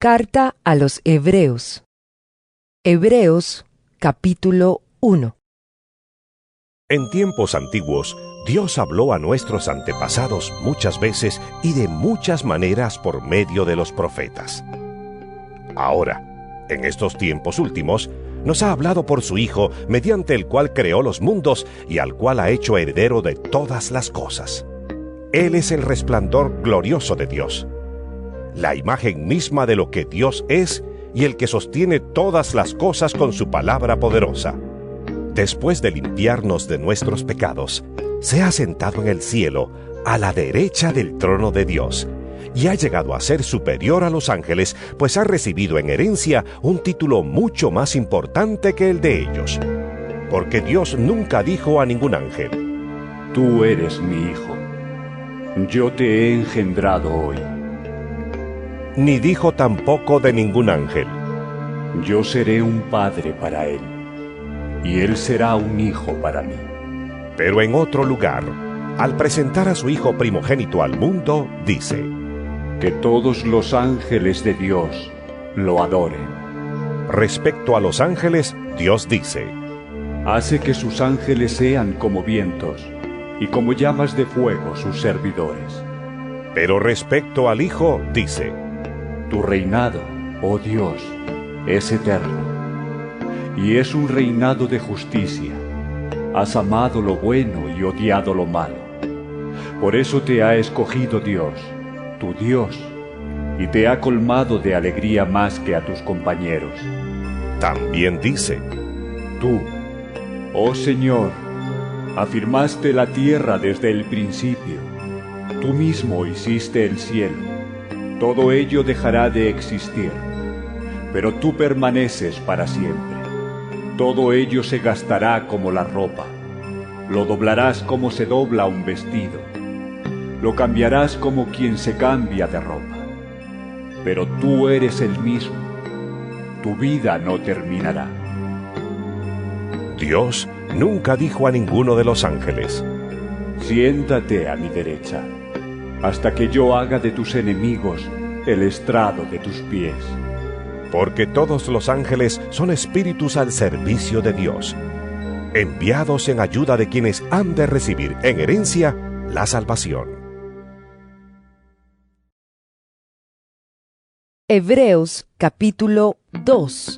Carta a los Hebreos. Hebreos, capítulo 1. En tiempos antiguos, Dios habló a nuestros antepasados muchas veces y de muchas maneras por medio de los profetas. Ahora, en estos tiempos últimos, nos ha hablado por su Hijo, mediante el cual creó los mundos y al cual ha hecho heredero de todas las cosas. Él es el resplandor glorioso de Dios, la imagen misma de lo que Dios es y el que sostiene todas las cosas con su palabra poderosa. Después de limpiarnos de nuestros pecados, se ha sentado en el cielo, a la derecha del trono de Dios, y ha llegado a ser superior a los ángeles, pues ha recibido en herencia un título mucho más importante que el de ellos. Porque Dios nunca dijo a ningún ángel: Tú eres mi hijo, yo te he engendrado hoy. Ni dijo tampoco de ningún ángel: Yo seré un padre para él, y él será un hijo para mí. Pero en otro lugar, al presentar a su Hijo primogénito al mundo, dice: Que todos los ángeles de Dios lo adoren. Respecto a los ángeles, Dios dice: Hace que sus ángeles sean como vientos, y como llamas de fuego sus servidores. Pero respecto al Hijo, dice: Tu reinado, oh Dios, es eterno, y es un reinado de justicia. Has amado lo bueno y odiado lo malo. Por eso te ha escogido Dios, tu Dios, y te ha colmado de alegría más que a tus compañeros. También dice: Tú, oh Señor, afirmaste la tierra desde el principio. Tú mismo hiciste el cielo. Todo ello dejará de existir, pero tú permaneces para siempre. Todo ello se gastará como la ropa. Lo doblarás como se dobla un vestido. Lo cambiarás como quien se cambia de ropa. Pero tú eres el mismo. Tu vida no terminará. Dios nunca dijo a ninguno de los ángeles: Siéntate a mi derecha, hasta que yo haga de tus enemigos el estrado de tus pies. Porque todos los ángeles son espíritus al servicio de Dios, enviados en ayuda de quienes han de recibir en herencia la salvación. Hebreos, capítulo 2.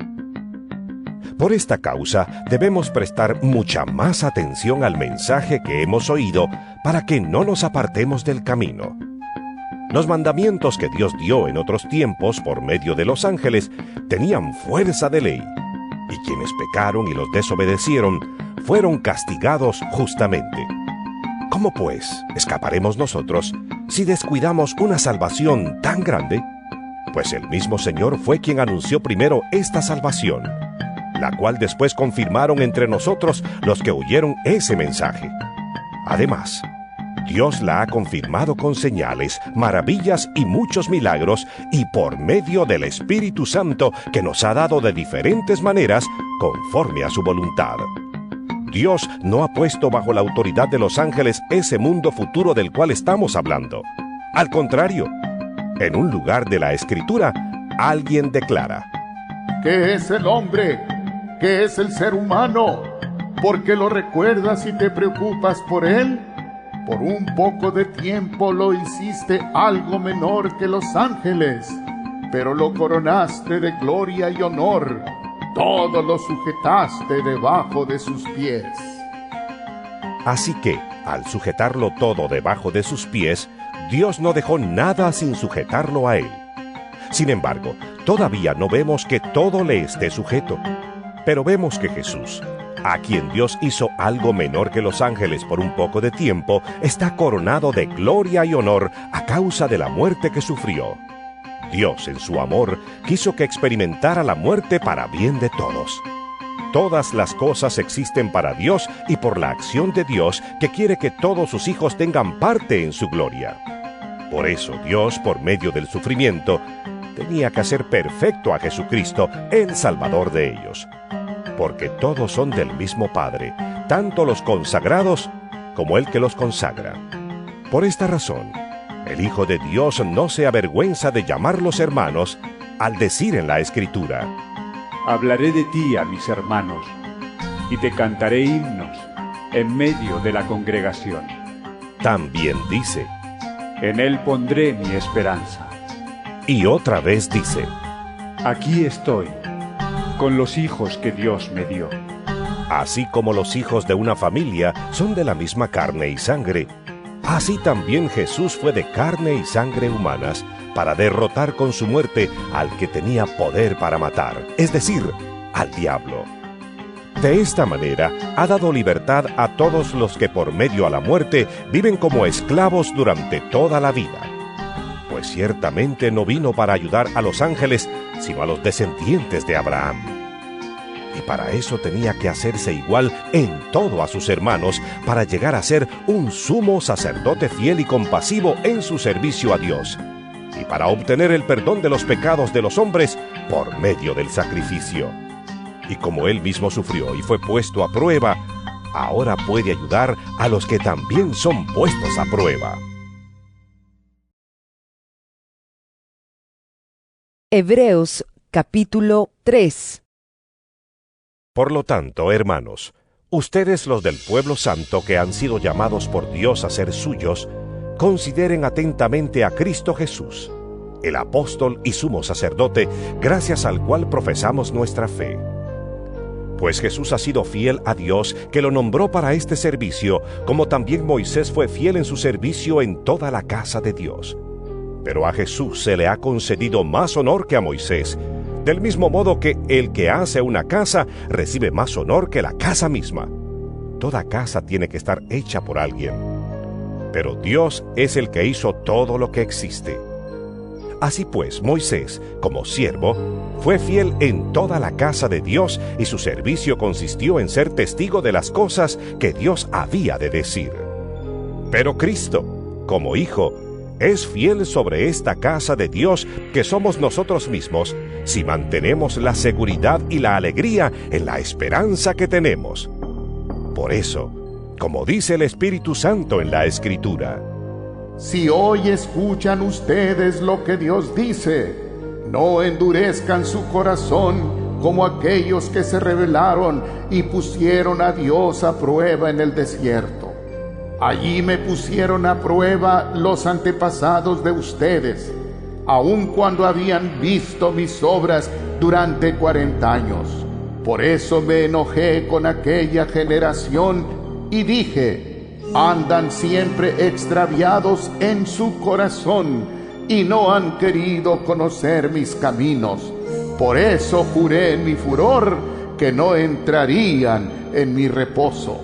Por esta causa debemos prestar mucha más atención al mensaje que hemos oído para que no nos apartemos del camino. Los mandamientos que Dios dio en otros tiempos por medio de los ángeles tenían fuerza de ley, y quienes pecaron y los desobedecieron fueron castigados justamente. ¿Cómo pues escaparemos nosotros si descuidamos una salvación tan grande? Pues el mismo Señor fue quien anunció primero esta salvación, la cual después confirmaron entre nosotros los que oyeron ese mensaje. Además, Dios la ha confirmado con señales, maravillas y muchos milagros, y por medio del Espíritu Santo que nos ha dado de diferentes maneras conforme a su voluntad. Dios no ha puesto bajo la autoridad de los ángeles ese mundo futuro del cual estamos hablando. Al contrario, en un lugar de la Escritura, alguien declara: ¿Qué es el hombre? ¿Qué es el ser humano? ¿Por qué lo recuerdas y te preocupas por él? Por un poco de tiempo lo hiciste algo menor que los ángeles, pero lo coronaste de gloria y honor. Todo lo sujetaste debajo de sus pies. Así que, al sujetarlo todo debajo de sus pies, Dios no dejó nada sin sujetarlo a él. Sin embargo, todavía no vemos que todo le esté sujeto, pero vemos que Jesús, a quien Dios hizo algo menor que los ángeles por un poco de tiempo, está coronado de gloria y honor a causa de la muerte que sufrió. Dios, en su amor, quiso que experimentara la muerte para bien de todos. Todas las cosas existen para Dios y por la acción de Dios, que quiere que todos sus hijos tengan parte en su gloria. Por eso Dios, por medio del sufrimiento, tenía que hacer perfecto a Jesucristo, el Salvador de ellos. Porque todos son del mismo Padre, tanto los consagrados como el que los consagra. Por esta razón, El Hijo de Dios no se avergüenza de llamarlos hermanos al decir en la Escritura: Hablaré de ti a mis hermanos, y te cantaré himnos en medio de la congregación. También dice: En él pondré mi esperanza. Y otra vez dice: Aquí estoy, con los hijos que Dios me dio. Así como los hijos de una familia son de la misma carne y sangre, así también Jesús fue de carne y sangre humanas para derrotar con su muerte al que tenía poder para matar, es decir, al diablo. De esta manera ha dado libertad a todos los que por medio a la muerte viven como esclavos durante toda la vida. Pues ciertamente no vino para ayudar a los ángeles, sino a los descendientes de Abraham. Y para eso tenía que hacerse igual en todo a sus hermanos, para llegar a ser un sumo sacerdote fiel y compasivo en su servicio a Dios, y para obtener el perdón de los pecados de los hombres por medio del sacrificio. Y como él mismo sufrió y fue puesto a prueba, ahora puede ayudar a los que también son puestos a prueba. Hebreos capítulo 3. Por lo tanto, hermanos, ustedes los del pueblo santo que han sido llamados por Dios a ser suyos, consideren atentamente a Cristo Jesús, el apóstol y sumo sacerdote, gracias al cual profesamos nuestra fe. Pues Jesús ha sido fiel a Dios, que lo nombró para este servicio, como también Moisés fue fiel en su servicio en toda la casa de Dios. Pero a Jesús se le ha concedido más honor que a Moisés, del mismo modo que el que hace una casa recibe más honor que la casa misma. Toda casa tiene que estar hecha por alguien, pero Dios es el que hizo todo lo que existe. Así pues, Moisés, como siervo, fue fiel en toda la casa de Dios, y su servicio consistió en ser testigo de las cosas que Dios había de decir. Pero Cristo, como Hijo, es fiel sobre esta casa de Dios que somos nosotros mismos, si mantenemos la seguridad y la alegría en la esperanza que tenemos. Por eso, como dice el Espíritu Santo en la Escritura: Si hoy escuchan ustedes lo que Dios dice, no endurezcan su corazón como aquellos que se rebelaron y pusieron a Dios a prueba en el desierto. Allí me pusieron a prueba los antepasados de ustedes, aun cuando habían visto mis obras durante 40 años. Por eso me enojé con aquella generación y dije: andan siempre extraviados en su corazón y no han querido conocer mis caminos. Por eso juré en mi furor que no entrarían en mi reposo.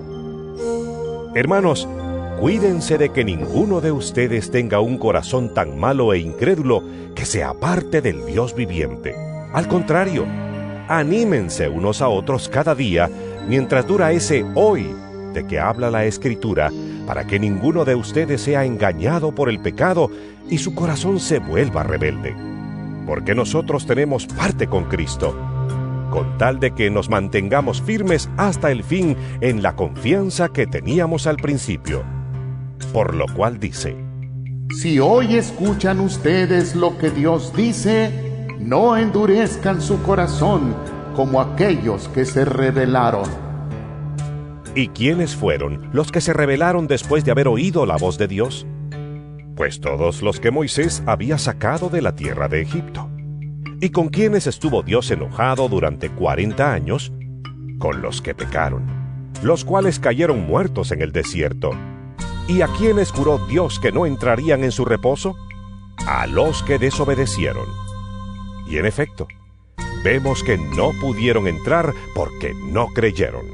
Hermanos, cuídense de que ninguno de ustedes tenga un corazón tan malo e incrédulo que se aparte del Dios viviente. Al contrario, anímense unos a otros cada día mientras dura ese hoy de que habla la Escritura, para que ninguno de ustedes sea engañado por el pecado y su corazón se vuelva rebelde. Porque nosotros tenemos parte con Cristo, con tal de que nos mantengamos firmes hasta el fin en la confianza que teníamos al principio. Por lo cual dice: Si hoy escuchan ustedes lo que Dios dice, no endurezcan su corazón como aquellos que se rebelaron. ¿Y quiénes fueron los que se rebelaron después de haber oído la voz de Dios? Pues todos los que Moisés había sacado de la tierra de Egipto. ¿Y con quiénes estuvo Dios enojado durante 40 años? Con los que pecaron, los cuales cayeron muertos en el desierto. ¿Y a quiénes juró Dios que no entrarían en su reposo? A los que desobedecieron. Y en efecto, vemos que no pudieron entrar porque no creyeron.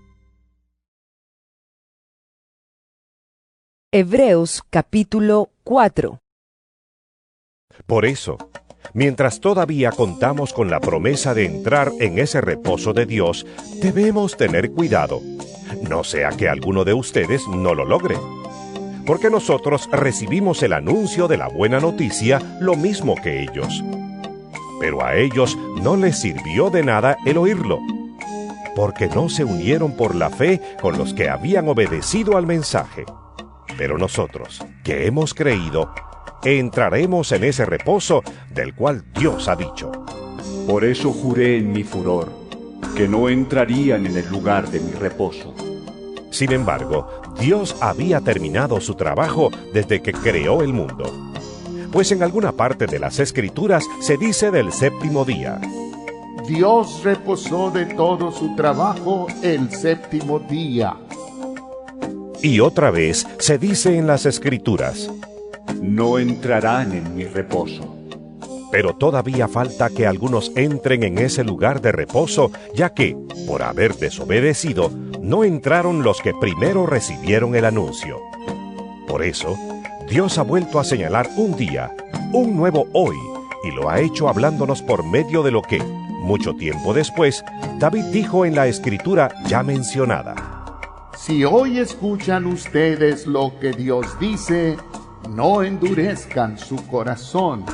Hebreos capítulo 4. Por eso, mientras todavía contamos con la promesa de entrar en ese reposo de Dios, debemos tener cuidado, no sea que alguno de ustedes no lo logre. Porque nosotros recibimos el anuncio de la buena noticia lo mismo que ellos. Pero a ellos no les sirvió de nada el oírlo, porque no se unieron por la fe con los que habían obedecido al mensaje. Pero nosotros, que hemos creído, entraremos en ese reposo del cual Dios ha dicho. Por eso juré en mi furor que no entrarían en el lugar de mi reposo. Sin embargo, Dios había terminado su trabajo desde que creó el mundo. Pues en alguna parte de las Escrituras se dice del séptimo día: Dios reposó de todo su trabajo el séptimo día. Y otra vez se dice en las Escrituras: no entrarán en mi reposo. Pero todavía falta que algunos entren en ese lugar de reposo, ya que, por haber desobedecido, no entraron los que primero recibieron el anuncio. Por eso, Dios ha vuelto a señalar un día, un nuevo hoy, y lo ha hecho hablándonos por medio de lo que, mucho tiempo después, David dijo en la Escritura ya mencionada: Si hoy escuchan ustedes lo que Dios dice, no endurezcan su corazón.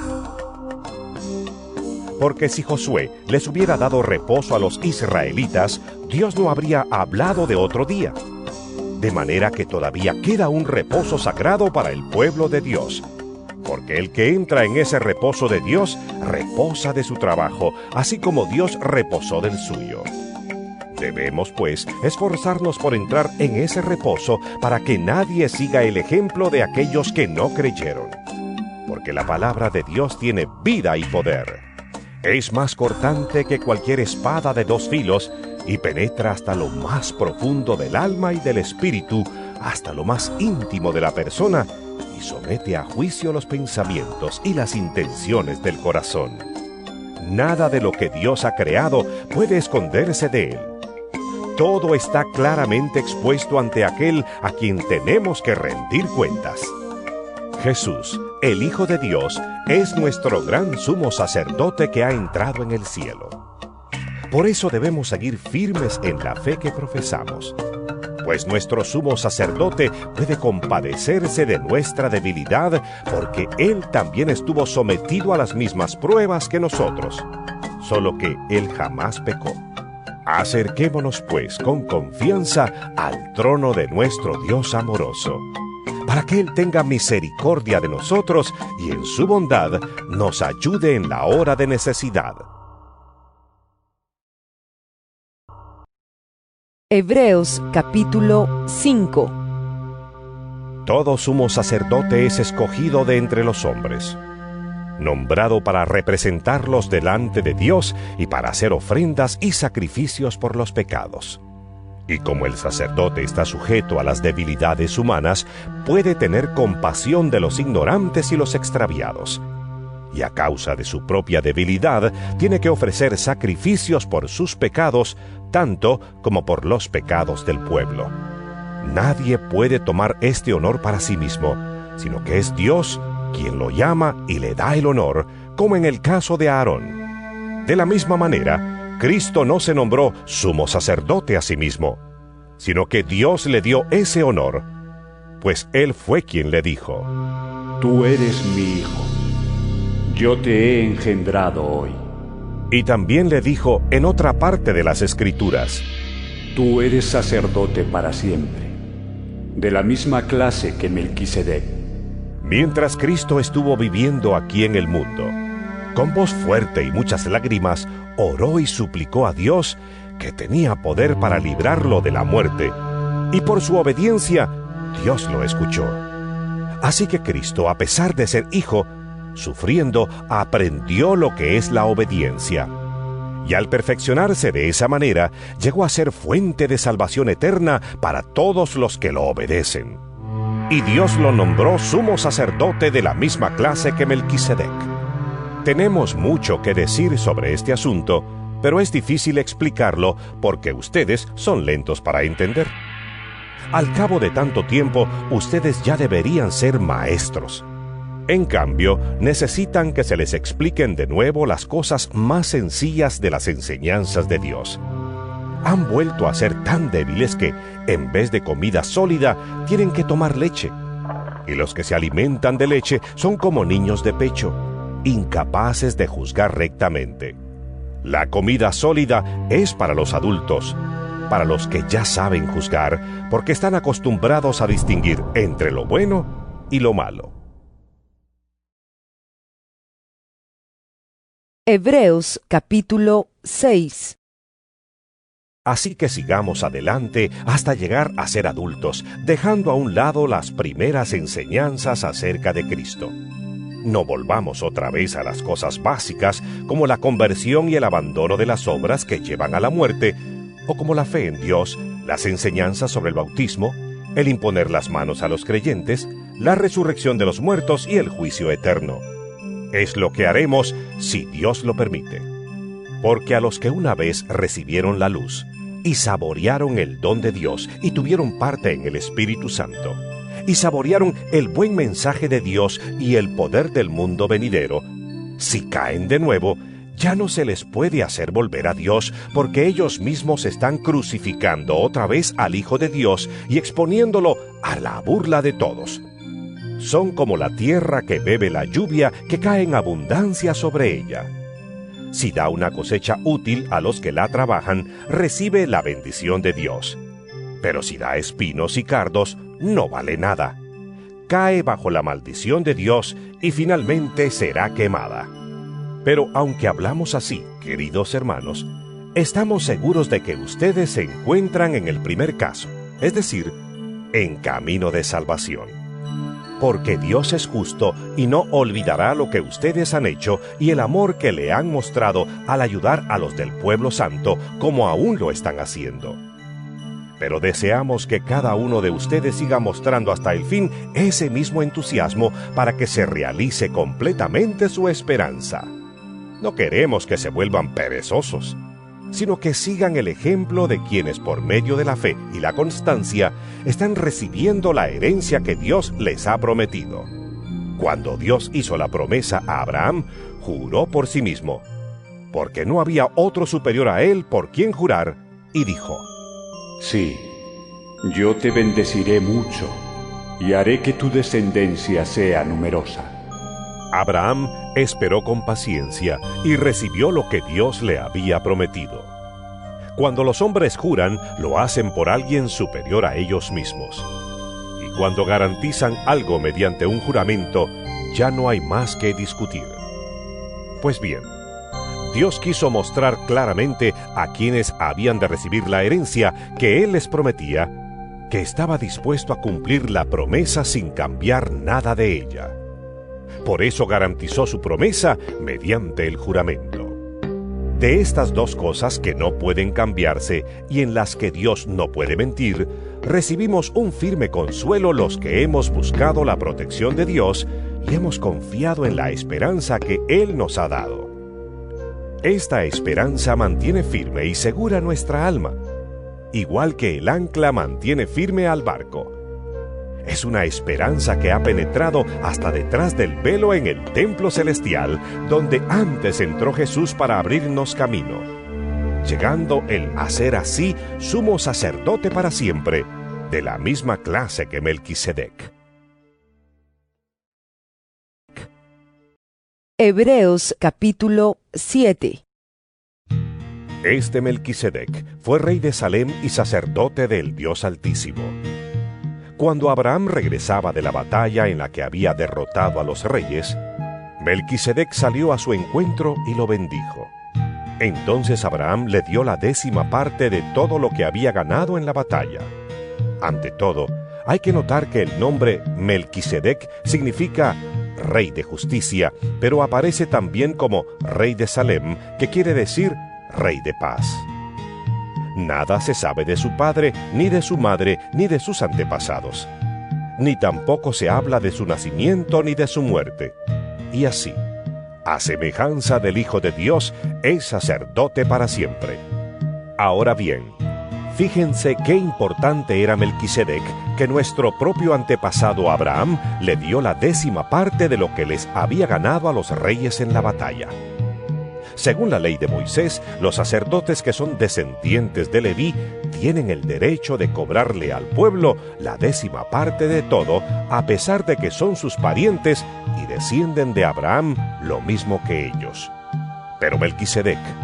Porque si Josué les hubiera dado reposo a los israelitas, Dios no habría hablado de otro día. De manera que todavía queda un reposo sagrado para el pueblo de Dios. Porque el que entra en ese reposo de Dios, reposa de su trabajo, así como Dios reposó del suyo. Debemos, pues, esforzarnos por entrar en ese reposo para que nadie siga el ejemplo de aquellos que no creyeron. Porque la palabra de Dios tiene vida y poder. Es más cortante que cualquier espada de dos filos y penetra hasta lo más profundo del alma y del espíritu, hasta lo más íntimo de la persona, y somete a juicio los pensamientos y las intenciones del corazón. Nada de lo que Dios ha creado puede esconderse de él. Todo está claramente expuesto ante aquel a quien tenemos que rendir cuentas. Jesús, el Hijo de Dios, es nuestro gran sumo sacerdote que ha entrado en el cielo. Por eso debemos seguir firmes en la fe que profesamos, pues nuestro sumo sacerdote puede compadecerse de nuestra debilidad, porque él también estuvo sometido a las mismas pruebas que nosotros, solo que él jamás pecó. Acerquémonos, pues, con confianza al trono de nuestro Dios amoroso, para que Él tenga misericordia de nosotros y en su bondad nos ayude en la hora de necesidad. Hebreos capítulo 5. Todo sumo sacerdote es escogido de entre los hombres, nombrado para representarlos delante de Dios y para hacer ofrendas y sacrificios por los pecados. Y como el sacerdote está sujeto a las debilidades humanas, puede tener compasión de los ignorantes y los extraviados. Y a causa de su propia debilidad, tiene que ofrecer sacrificios por sus pecados, tanto como por los pecados del pueblo. Nadie puede tomar este honor para sí mismo, sino que es Dios quien lo llama y le da el honor, como en el caso de Aarón. De la misma manera, Cristo no se nombró sumo sacerdote a sí mismo, sino que Dios le dio ese honor, pues Él fue quien le dijo: Tú eres mi hijo, yo te he engendrado hoy. Y también le dijo en otra parte de las Escrituras: Tú eres sacerdote para siempre, de la misma clase que Melquisedec. Mientras Cristo estuvo viviendo aquí en el mundo, con voz fuerte y muchas lágrimas, oró y suplicó a Dios, que tenía poder para librarlo de la muerte, y por su obediencia, Dios lo escuchó. Así que Cristo, a pesar de ser hijo, sufriendo, aprendió lo que es la obediencia. Y al perfeccionarse de esa manera, llegó a ser fuente de salvación eterna para todos los que lo obedecen. Y Dios lo nombró sumo sacerdote de la misma clase que Melquisedec. Tenemos mucho que decir sobre este asunto, pero es difícil explicarlo porque ustedes son lentos para entender. Al cabo de tanto tiempo, ustedes ya deberían ser maestros. En cambio, necesitan que se les expliquen de nuevo las cosas más sencillas de las enseñanzas de Dios. Han vuelto a ser tan débiles que, en vez de comida sólida, tienen que tomar leche. Y los que se alimentan de leche son como niños de pecho, incapaces de juzgar rectamente. La comida sólida es para los adultos, para los que ya saben juzgar, porque están acostumbrados a distinguir entre lo bueno y lo malo. Hebreos capítulo 6. Así que sigamos adelante hasta llegar a ser adultos, dejando a un lado las primeras enseñanzas acerca de Cristo. No volvamos otra vez a las cosas básicas como la conversión y el abandono de las obras que llevan a la muerte, o como la fe en Dios, las enseñanzas sobre el bautismo, el imponer las manos a los creyentes, la resurrección de los muertos y el juicio eterno. Es lo que haremos si Dios lo permite. Porque a los que una vez recibieron la luz y saborearon el don de Dios y tuvieron parte en el Espíritu Santo, y saborearon el buen mensaje de Dios y el poder del mundo venidero, si caen de nuevo, ya no se les puede hacer volver a Dios, porque ellos mismos están crucificando otra vez al Hijo de Dios y exponiéndolo a la burla de todos. Son como la tierra que bebe la lluvia que cae en abundancia sobre ella. Si da una cosecha útil a los que la trabajan, recibe la bendición de Dios. Pero si da espinos y cardos, no vale nada. Cae bajo la maldición de Dios y finalmente será quemada. Pero aunque hablamos así, queridos hermanos, estamos seguros de que ustedes se encuentran en el primer caso, es decir, en camino de salvación. Porque Dios es justo y no olvidará lo que ustedes han hecho y el amor que le han mostrado al ayudar a los del pueblo santo, como aún lo están haciendo. Pero deseamos que cada uno de ustedes siga mostrando hasta el fin ese mismo entusiasmo para que se realice completamente su esperanza. No queremos que se vuelvan perezosos, sino que sigan el ejemplo de quienes por medio de la fe y la constancia están recibiendo la herencia que Dios les ha prometido. Cuando Dios hizo la promesa a Abraham, juró por sí mismo, porque no había otro superior a él por quien jurar, y dijo: Sí, yo te bendeciré mucho, y haré que tu descendencia sea numerosa. Abraham esperó con paciencia y recibió lo que Dios le había prometido. Cuando los hombres juran, lo hacen por alguien superior a ellos mismos. Y cuando garantizan algo mediante un juramento, ya no hay más que discutir. Pues bien, Dios quiso mostrar claramente a quienes habían de recibir la herencia que Él les prometía, que estaba dispuesto a cumplir la promesa sin cambiar nada de ella. Por eso garantizó su promesa mediante el juramento. De estas dos cosas que no pueden cambiarse y en las que Dios no puede mentir, recibimos un firme consuelo los que hemos buscado la protección de Dios y hemos confiado en la esperanza que Él nos ha dado. Esta esperanza mantiene firme y segura nuestra alma, igual que el ancla mantiene firme al barco. Es una esperanza que ha penetrado hasta detrás del velo en el templo celestial, donde antes entró Jesús para abrirnos camino, llegando Él a ser así sumo sacerdote para siempre, de la misma clase que Melquisedec. Hebreos capítulo 7. Este Melquisedec fue rey de Salem y sacerdote del Dios Altísimo. Cuando Abraham regresaba de la batalla en la que había derrotado a los reyes, Melquisedec salió a su encuentro y lo bendijo. Entonces Abraham le dio la 10ª parte de todo lo que había ganado en la batalla. Ante todo, hay que notar que el nombre Melquisedec significa rey de justicia, pero aparece también como rey de Salem, que quiere decir rey de paz. Nada se sabe de su padre, ni de su madre, ni de sus antepasados. Ni tampoco se habla de su nacimiento ni de su muerte. Y así, a semejanza del Hijo de Dios, es sacerdote para siempre. Ahora bien, fíjense qué importante era Melquisedec, que nuestro propio antepasado Abraham le dio la 10ª parte de lo que les había ganado a los reyes en la batalla. Según la ley de Moisés, los sacerdotes que son descendientes de Leví tienen el derecho de cobrarle al pueblo la 10ª parte de todo, a pesar de que son sus parientes y descienden de Abraham lo mismo que ellos. Pero Melquisedec,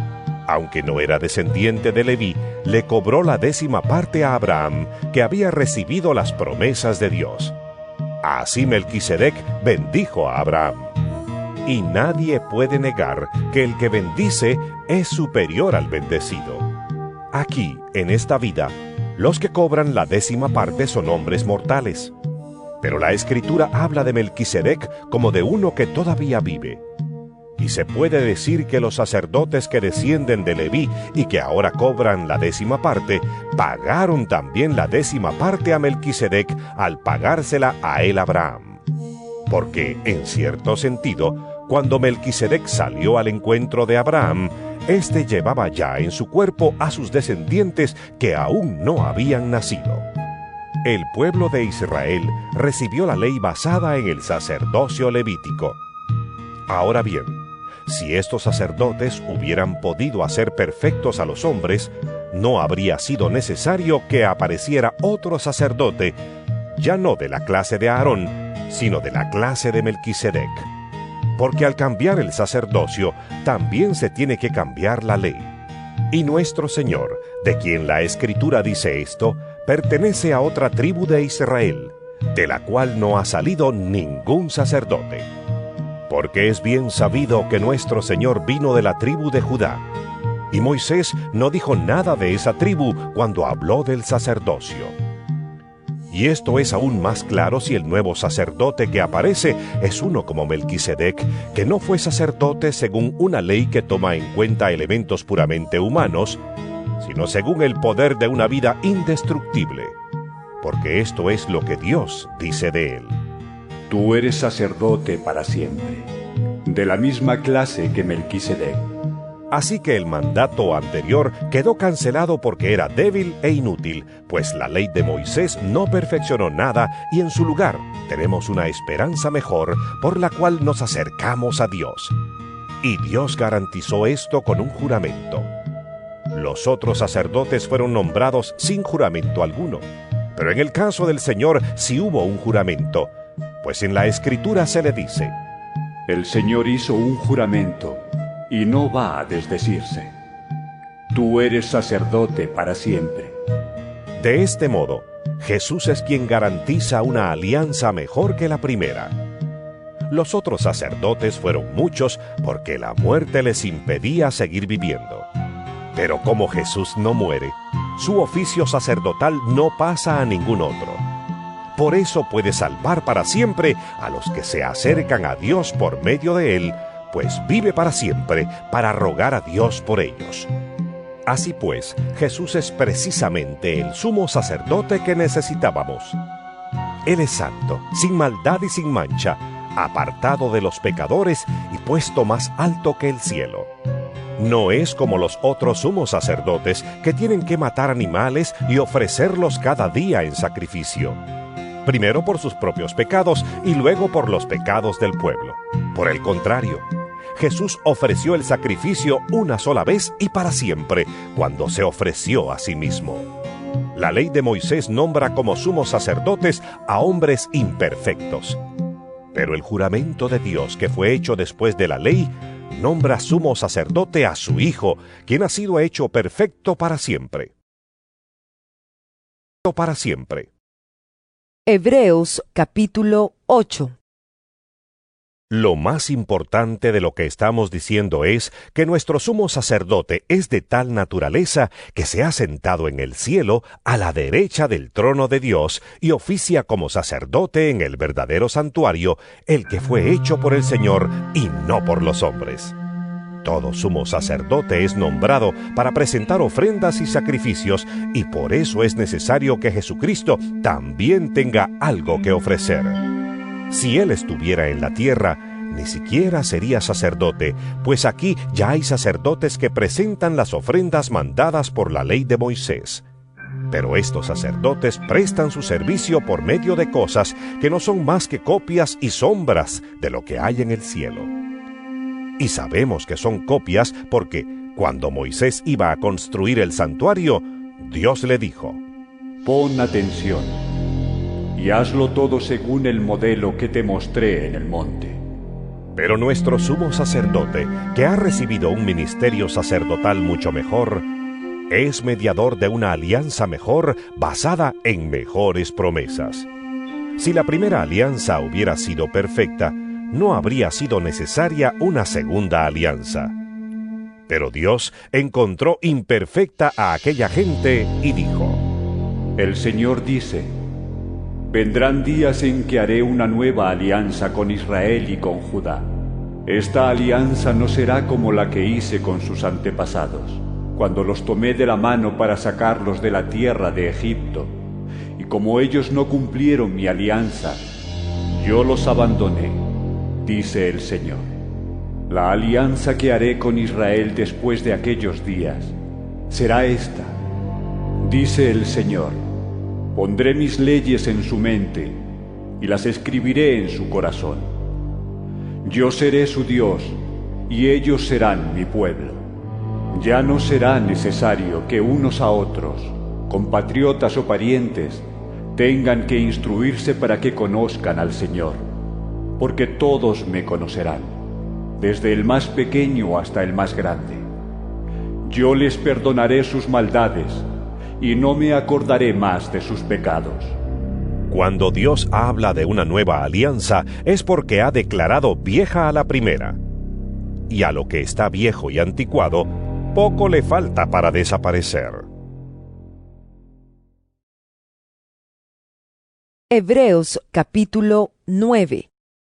Aunque no era descendiente de Leví, le cobró la 10ª parte a Abraham, que había recibido las promesas de Dios. Así Melquisedec bendijo a Abraham. Y nadie puede negar que el que bendice es superior al bendecido. Aquí, en esta vida, los que cobran la 10ª parte son hombres mortales. Pero la Escritura habla de Melquisedec como de uno que todavía vive. Y se puede decir que los sacerdotes que descienden de Leví y que ahora cobran la 10ª parte, pagaron también la 10ª parte a Melquisedec al pagársela a él Abraham. Porque, en cierto sentido, cuando Melquisedec salió al encuentro de Abraham, éste llevaba ya en su cuerpo a sus descendientes que aún no habían nacido. El pueblo de Israel recibió la ley basada en el sacerdocio levítico. Ahora bien, si estos sacerdotes hubieran podido hacer perfectos a los hombres, no habría sido necesario que apareciera otro sacerdote, ya no de la clase de Aarón, sino de la clase de Melquisedec. Porque al cambiar el sacerdocio, también se tiene que cambiar la ley. Y nuestro Señor, de quien la Escritura dice esto, pertenece a otra tribu de Israel, de la cual no ha salido ningún sacerdote. Porque es bien sabido que nuestro Señor vino de la tribu de Judá, y Moisés no dijo nada de esa tribu cuando habló del sacerdocio. Y esto es aún más claro si el nuevo sacerdote que aparece es uno como Melquisedec, que no fue sacerdote según una ley que toma en cuenta elementos puramente humanos, sino según el poder de una vida indestructible, porque esto es lo que Dios dice de él. Tú eres sacerdote para siempre, de la misma clase que Melquisedec. Así que el mandato anterior quedó cancelado porque era débil e inútil, pues la ley de Moisés no perfeccionó nada y en su lugar tenemos una esperanza mejor por la cual nos acercamos a Dios. Y Dios garantizó esto con un juramento. Los otros sacerdotes fueron nombrados sin juramento alguno, pero en el caso del Señor sí hubo un juramento, pues en la Escritura se le dice: El Señor hizo un juramento y no va a desdecirse. Tú eres sacerdote para siempre. De este modo, Jesús es quien garantiza una alianza mejor que la primera. Los otros sacerdotes fueron muchos porque la muerte les impedía seguir viviendo. Pero como Jesús no muere, su oficio sacerdotal no pasa a ningún otro. Por eso puede salvar para siempre a los que se acercan a Dios por medio de él, pues vive para siempre para rogar a Dios por ellos. Así pues, Jesús es precisamente el sumo sacerdote que necesitábamos. Él es santo, sin maldad y sin mancha, apartado de los pecadores y puesto más alto que el cielo. No es como los otros sumos sacerdotes que tienen que matar animales y ofrecerlos cada día en sacrificio. Primero por sus propios pecados y luego por los pecados del pueblo. Por el contrario, Jesús ofreció el sacrificio una sola vez y para siempre, cuando se ofreció a sí mismo. La ley de Moisés nombra como sumos sacerdotes a hombres imperfectos. Pero el juramento de Dios que fue hecho después de la ley, nombra sumo sacerdote a su Hijo, quien ha sido hecho perfecto para siempre. Para siempre. Hebreos capítulo 8. Lo más importante de lo que estamos diciendo es que nuestro sumo sacerdote es de tal naturaleza que se ha sentado en el cielo a la derecha del trono de Dios y oficia como sacerdote en el verdadero santuario, el que fue hecho por el Señor y no por los hombres. Todo sumo sacerdote es nombrado para presentar ofrendas y sacrificios, y por eso es necesario que Jesucristo también tenga algo que ofrecer. Si Él estuviera en la tierra, ni siquiera sería sacerdote, pues aquí ya hay sacerdotes que presentan las ofrendas mandadas por la ley de Moisés. Pero estos sacerdotes prestan su servicio por medio de cosas que no son más que copias y sombras de lo que hay en el cielo. Y sabemos que son copias porque cuando Moisés iba a construir el santuario, Dios le dijo: Pon atención y hazlo todo según el modelo que te mostré en el monte. Pero nuestro sumo sacerdote, que ha recibido un ministerio sacerdotal mucho mejor, es mediador de una alianza mejor basada en mejores promesas. Si la primera alianza hubiera sido perfecta, no habría sido necesaria una segunda alianza. Pero Dios encontró imperfecta a aquella gente y dijo: El Señor dice: vendrán días en que haré una nueva alianza con Israel y con Judá. Esta alianza no será como la que hice con sus antepasados, cuando los tomé de la mano para sacarlos de la tierra de Egipto. Y como ellos no cumplieron mi alianza, yo los abandoné, dice el Señor. La alianza que haré con Israel después de aquellos días será esta, dice el Señor. Pondré mis leyes en su mente y las escribiré en su corazón. Yo seré su Dios y ellos serán mi pueblo. Ya no será necesario que unos a otros, compatriotas o parientes, tengan que instruirse para que conozcan al Señor, porque todos me conocerán, desde el más pequeño hasta el más grande. Yo les perdonaré sus maldades y no me acordaré más de sus pecados. Cuando Dios habla de una nueva alianza, es porque ha declarado vieja a la primera. Y a lo que está viejo y anticuado, poco le falta para desaparecer. Hebreos capítulo 9.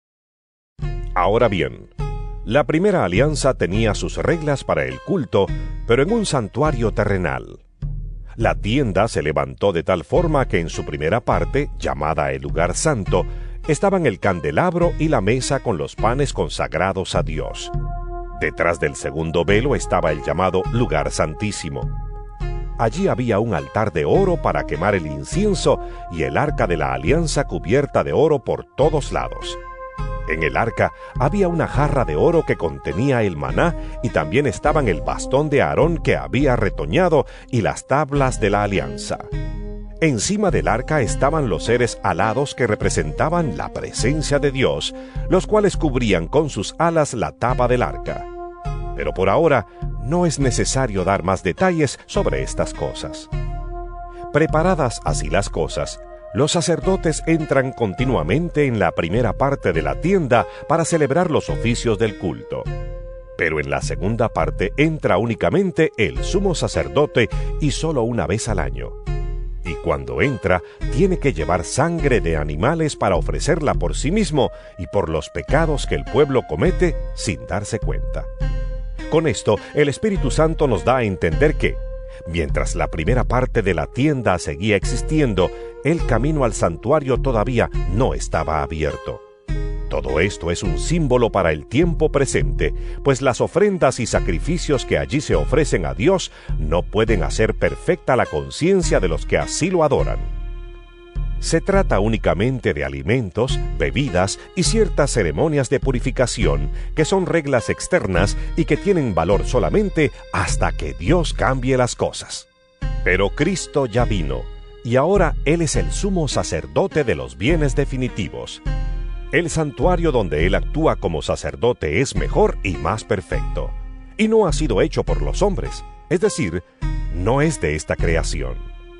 Ahora bien, la primera alianza tenía sus reglas para el culto, pero en un santuario terrenal. La tienda se levantó de tal forma que en su primera parte, llamada el lugar santo, estaban el candelabro y la mesa con los panes consagrados a Dios. Detrás del segundo velo estaba el llamado lugar santísimo. Allí había un altar de oro para quemar el incienso y el arca de la alianza cubierta de oro por todos lados. En el arca había una jarra de oro que contenía el maná y también estaban el bastón de Aarón que había retoñado y las tablas de la alianza. Encima del arca estaban los seres alados que representaban la presencia de Dios, los cuales cubrían con sus alas la tapa del arca. Pero por ahora no es necesario dar más detalles sobre estas cosas. Preparadas así las cosas, los sacerdotes entran continuamente en la primera parte de la tienda para celebrar los oficios del culto. Pero en la segunda parte entra únicamente el sumo sacerdote y solo una vez al año. Y cuando entra, tiene que llevar sangre de animales para ofrecerla por sí mismo y por los pecados que el pueblo comete sin darse cuenta. Con esto, el Espíritu Santo nos da a entender que, mientras la primera parte de la tienda seguía existiendo, el camino al santuario todavía no estaba abierto. Todo esto es un símbolo para el tiempo presente, pues las ofrendas y sacrificios que allí se ofrecen a Dios no pueden hacer perfecta la conciencia de los que así lo adoran. Se trata únicamente de alimentos, bebidas y ciertas ceremonias de purificación, que son reglas externas y que tienen valor solamente hasta que Dios cambie las cosas. Pero Cristo ya vino, y ahora Él es el sumo sacerdote de los bienes definitivos. El santuario donde Él actúa como sacerdote es mejor y más perfecto, y no ha sido hecho por los hombres, es decir, no es de esta creación.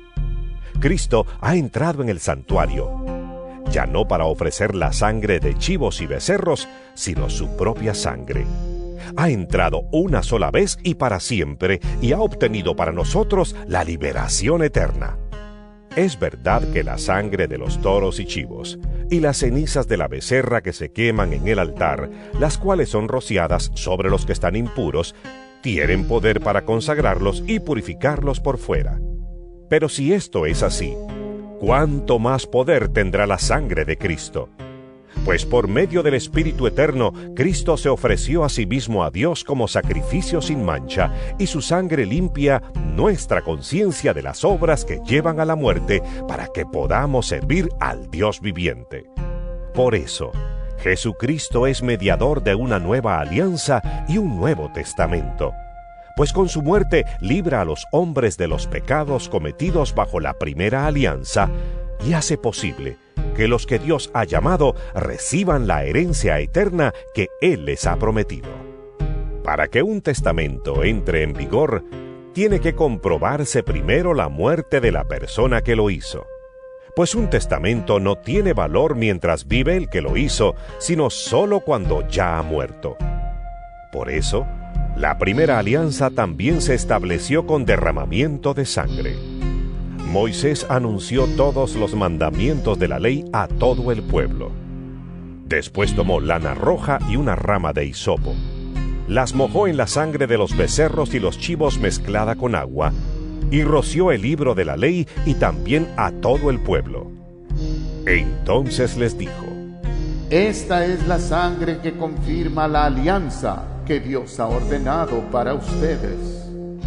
Cristo ha entrado en el santuario, ya no para ofrecer la sangre de chivos y becerros, sino su propia sangre. Ha entrado una sola vez y para siempre, y ha obtenido para nosotros la liberación eterna. Es verdad que la sangre de los toros y chivos, y las cenizas de la becerra que se queman en el altar, las cuales son rociadas sobre los que están impuros, tienen poder para consagrarlos y purificarlos por fuera. Pero si esto es así, ¿cuánto más poder tendrá la sangre de Cristo? Pues por medio del Espíritu Eterno, Cristo se ofreció a sí mismo a Dios como sacrificio sin mancha, y su sangre limpia nuestra conciencia de las obras que llevan a la muerte, para que podamos servir al Dios viviente. Por eso, Jesucristo es mediador de una nueva alianza y un nuevo testamento, pues con su muerte libra a los hombres de los pecados cometidos bajo la primera alianza y hace posible que los que Dios ha llamado reciban la herencia eterna que Él les ha prometido. Para que un testamento entre en vigor, tiene que comprobarse primero la muerte de la persona que lo hizo. Pues un testamento no tiene valor mientras vive el que lo hizo, sino solo cuando ya ha muerto. Por eso, la primera alianza también se estableció con derramamiento de sangre. Moisés anunció todos los mandamientos de la ley a todo el pueblo. Después tomó lana roja y una rama de hisopo. Las mojó en la sangre de los becerros y los chivos mezclada con agua, y roció el libro de la ley y también a todo el pueblo. Entonces les dijo: Esta es la sangre que confirma la alianza que Dios ha ordenado para ustedes.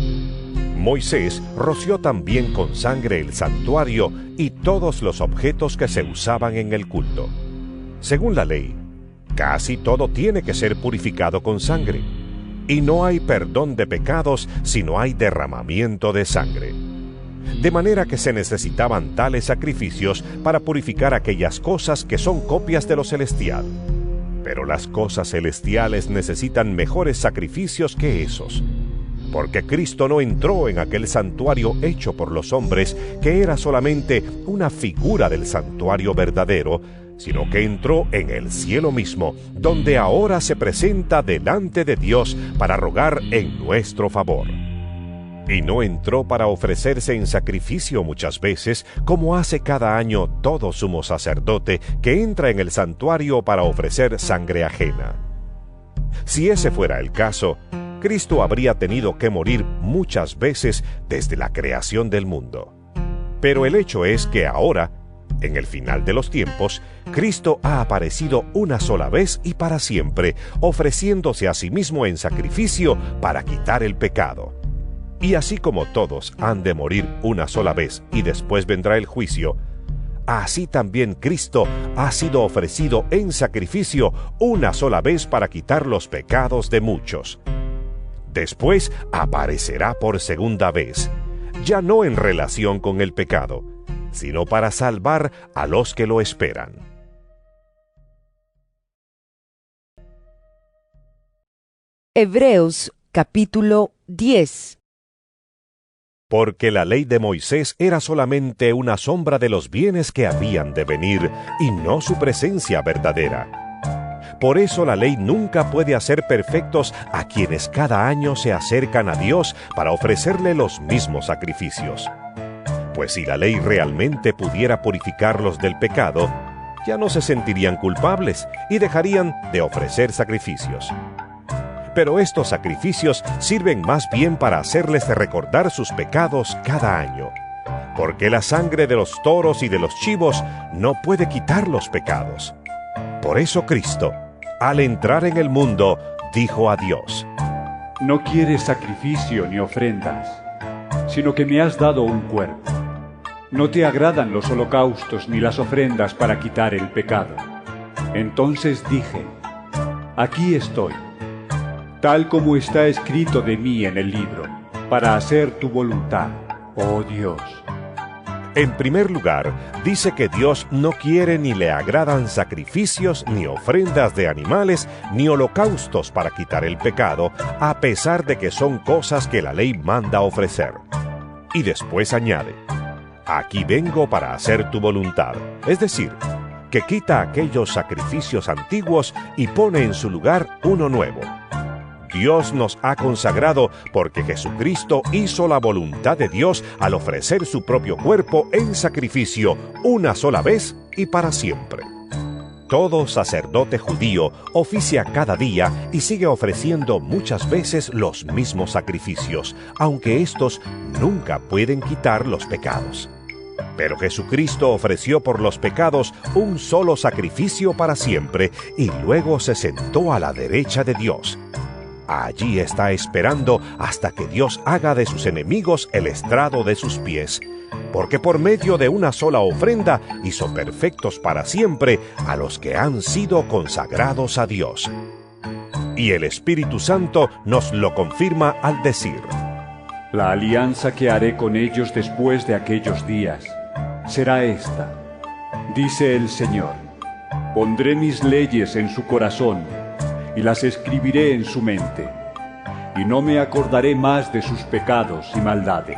Moisés roció también con sangre el santuario y todos los objetos que se usaban en el culto. Según la ley, casi todo tiene que ser purificado con sangre, y no hay perdón de pecados si no hay derramamiento de sangre. De manera que se necesitaban tales sacrificios para purificar aquellas cosas que son copias de lo celestial. Pero las cosas celestiales necesitan mejores sacrificios que esos, porque Cristo no entró en aquel santuario hecho por los hombres, que era solamente una figura del santuario verdadero, sino que entró en el cielo mismo, donde ahora se presenta delante de Dios para rogar en nuestro favor. Y no entró para ofrecerse en sacrificio muchas veces, como hace cada año todo sumo sacerdote que entra en el santuario para ofrecer sangre ajena. Si ese fuera el caso, Cristo habría tenido que morir muchas veces desde la creación del mundo. Pero el hecho es que ahora, en el final de los tiempos, Cristo ha aparecido una sola vez y para siempre, ofreciéndose a sí mismo en sacrificio para quitar el pecado. Y así como todos han de morir una sola vez y después vendrá el juicio, así también Cristo ha sido ofrecido en sacrificio una sola vez para quitar los pecados de muchos. Después aparecerá por segunda vez, ya no en relación con el pecado, sino para salvar a los que lo esperan. Hebreos capítulo 10. Porque la ley de Moisés era solamente una sombra de los bienes que habían de venir, y no su presencia verdadera. Por eso la ley nunca puede hacer perfectos a quienes cada año se acercan a Dios para ofrecerle los mismos sacrificios. Pues si la ley realmente pudiera purificarlos del pecado, ya no se sentirían culpables y dejarían de ofrecer sacrificios. Pero estos sacrificios sirven más bien para hacerles recordar sus pecados cada año, porque la sangre de los toros y de los chivos no puede quitar los pecados. Por eso Cristo, al entrar en el mundo, dijo a Dios: No quieres sacrificio ni ofrendas, sino que me has dado un cuerpo. No te agradan los holocaustos ni las ofrendas para quitar el pecado. Entonces dije: Aquí estoy, tal como está escrito de mí en el libro, para hacer tu voluntad, oh Dios. En primer lugar, dice que Dios no quiere ni le agradan sacrificios, ni ofrendas de animales, ni holocaustos para quitar el pecado, a pesar de que son cosas que la ley manda ofrecer. Y después añade: Aquí vengo para hacer tu voluntad, es decir, que quita aquellos sacrificios antiguos y pone en su lugar uno nuevo. Dios nos ha consagrado porque Jesucristo hizo la voluntad de Dios al ofrecer su propio cuerpo en sacrificio una sola vez y para siempre. Todo sacerdote judío oficia cada día y sigue ofreciendo muchas veces los mismos sacrificios, aunque estos nunca pueden quitar los pecados. Pero Jesucristo ofreció por los pecados un solo sacrificio para siempre y luego se sentó a la derecha de Dios. Allí está esperando hasta que Dios haga de sus enemigos el estrado de sus pies, porque por medio de una sola ofrenda hizo perfectos para siempre a los que han sido consagrados a Dios. Y el Espíritu Santo nos lo confirma al decir: La alianza que haré con ellos después de aquellos días será esta: Dice el Señor: pondré mis leyes en su corazón y las escribiré en su mente, y no me acordaré más de sus pecados y maldades.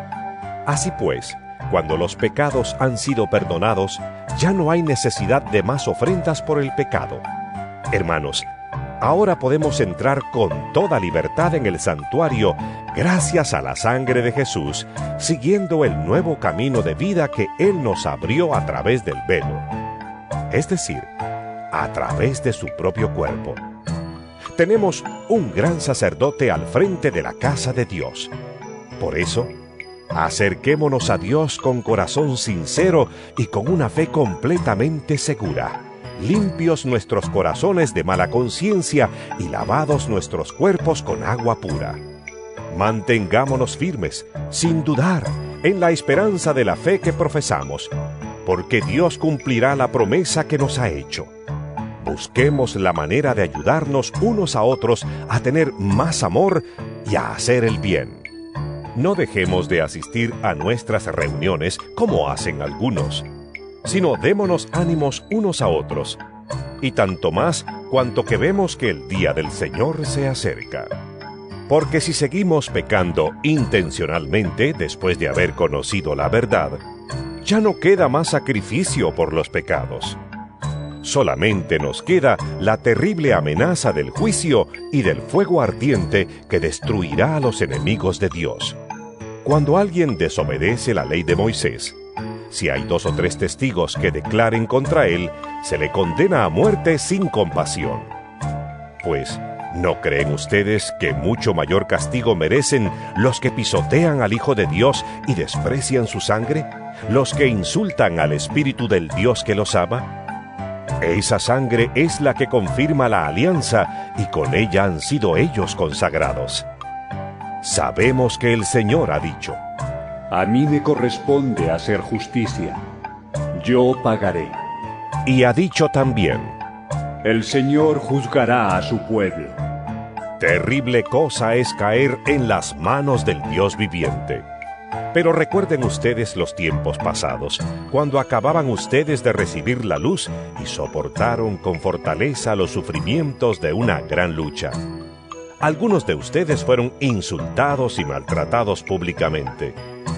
Así pues, cuando los pecados han sido perdonados, ya no hay necesidad de más ofrendas por el pecado. Hermanos, ahora podemos entrar con toda libertad en el santuario gracias a la sangre de Jesús, siguiendo el nuevo camino de vida que Él nos abrió a través del velo, es decir, a través de su propio cuerpo. Tenemos un gran sacerdote al frente de la casa de Dios. Por eso, acerquémonos a Dios con corazón sincero y con una fe completamente segura, limpios nuestros corazones de mala conciencia y lavados nuestros cuerpos con agua pura. Mantengámonos firmes, sin dudar, en la esperanza de la fe que profesamos, porque Dios cumplirá la promesa que nos ha hecho. Busquemos la manera de ayudarnos unos a otros a tener más amor y a hacer el bien. No dejemos de asistir a nuestras reuniones como hacen algunos, sino démonos ánimos unos a otros, y tanto más cuanto que vemos que el día del Señor se acerca. Porque si seguimos pecando intencionalmente después de haber conocido la verdad, ya no queda más sacrificio por los pecados. Solamente nos queda la terrible amenaza del juicio y del fuego ardiente que destruirá a los enemigos de Dios. Cuando alguien desobedece la ley de Moisés, si hay 2 o 3 testigos que declaren contra él, se le condena a muerte sin compasión. Pues, ¿no creen ustedes que mucho mayor castigo merecen los que pisotean al Hijo de Dios y desprecian su sangre? ¿Los que insultan al Espíritu del Dios que los ama? Esa sangre es la que confirma la alianza y con ella han sido ellos consagrados. Sabemos que el Señor ha dicho: a mí me corresponde hacer justicia, yo pagaré. Y ha dicho también: el Señor juzgará a su pueblo. Terrible cosa es caer en las manos del Dios viviente. Pero recuerden ustedes los tiempos pasados, cuando acababan ustedes de recibir la luz y soportaron con fortaleza los sufrimientos de una gran lucha. Algunos de ustedes fueron insultados y maltratados públicamente,